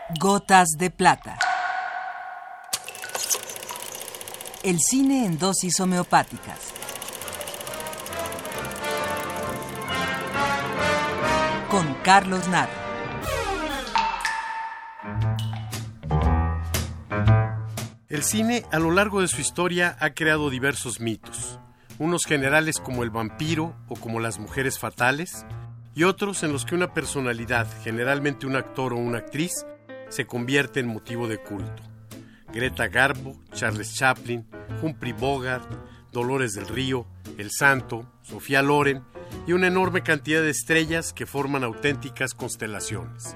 Gotas de plata. El cine en dosis homeopáticas. Con Carlos Narro. El cine, a lo largo de su historia, ha creado diversos mitos. Unos generales como el vampiro o como las mujeres fatales, y otros en los que una personalidad, generalmente un actor o una actriz, se convierte en motivo de culto. Greta Garbo, Charles Chaplin, Humphrey Bogart, Dolores del Río, El Santo, Sofía Loren y una enorme cantidad de estrellas que forman auténticas constelaciones.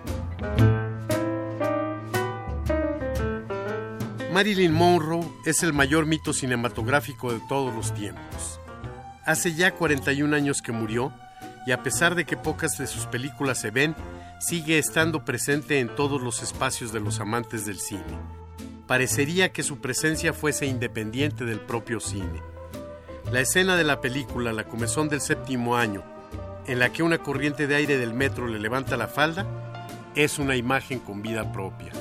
Marilyn Monroe es el mayor mito cinematográfico de todos los tiempos. Hace ya 41 años que murió, y a pesar de que pocas de sus películas se ven, sigue estando presente en todos los espacios de los amantes del cine. Parecería que su presencia fuese independiente del propio cine. La escena de la película La comezón del séptimo año, en la que una corriente de aire del metro le levanta la falda, es una imagen con vida propia.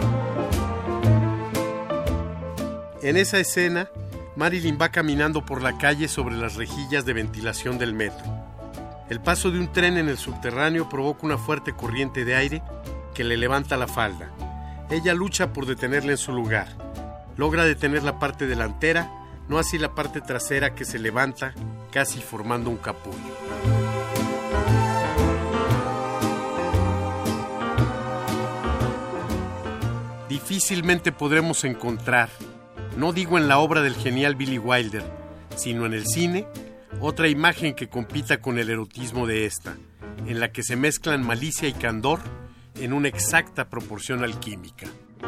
En esa escena, Marilyn va caminando por la calle sobre las rejillas de ventilación del metro. El paso de un tren en el subterráneo provoca una fuerte corriente de aire que le levanta la falda. Ella lucha por detenerla en su lugar. Logra detener la parte delantera, no así la parte trasera que se levanta, casi formando un capullo. Difícilmente podremos encontrar, no digo en la obra del genial Billy Wilder, sino en el cine, otra imagen que compita con el erotismo de esta, en la que se mezclan malicia y candor en una exacta proporción alquímica.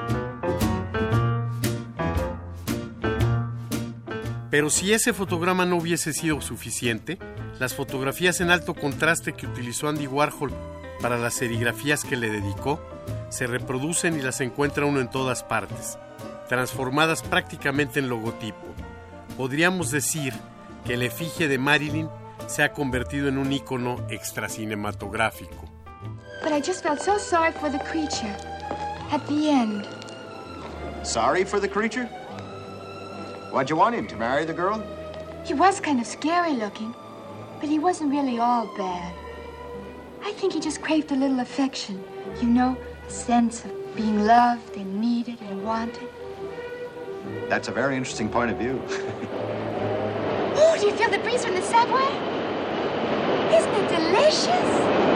Pero si ese fotograma no hubiese sido suficiente, las fotografías en alto contraste que utilizó Andy Warhol para las serigrafías que le dedicó, se reproducen y las encuentra uno en todas partes, transformadas prácticamente en logotipo. Podríamos decir que el efigie de Marilyn se ha convertido en un ícono extracinematográfico. But I just felt so sorry for the creature at the end. Sorry for the creature? Why'd you want him, to marry the girl? He was kind of scary looking, but he wasn't really all bad. I think he just craved a little affection. You know, a sense of being loved and needed and wanted. That's a very interesting point of view. Oh, do you feel the breeze from the subway? Isn't it delicious?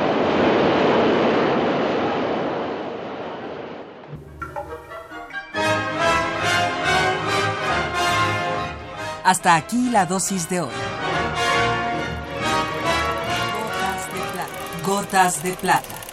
Hasta aquí la dosis de hoy. Gotas de plata. Gotas de plata.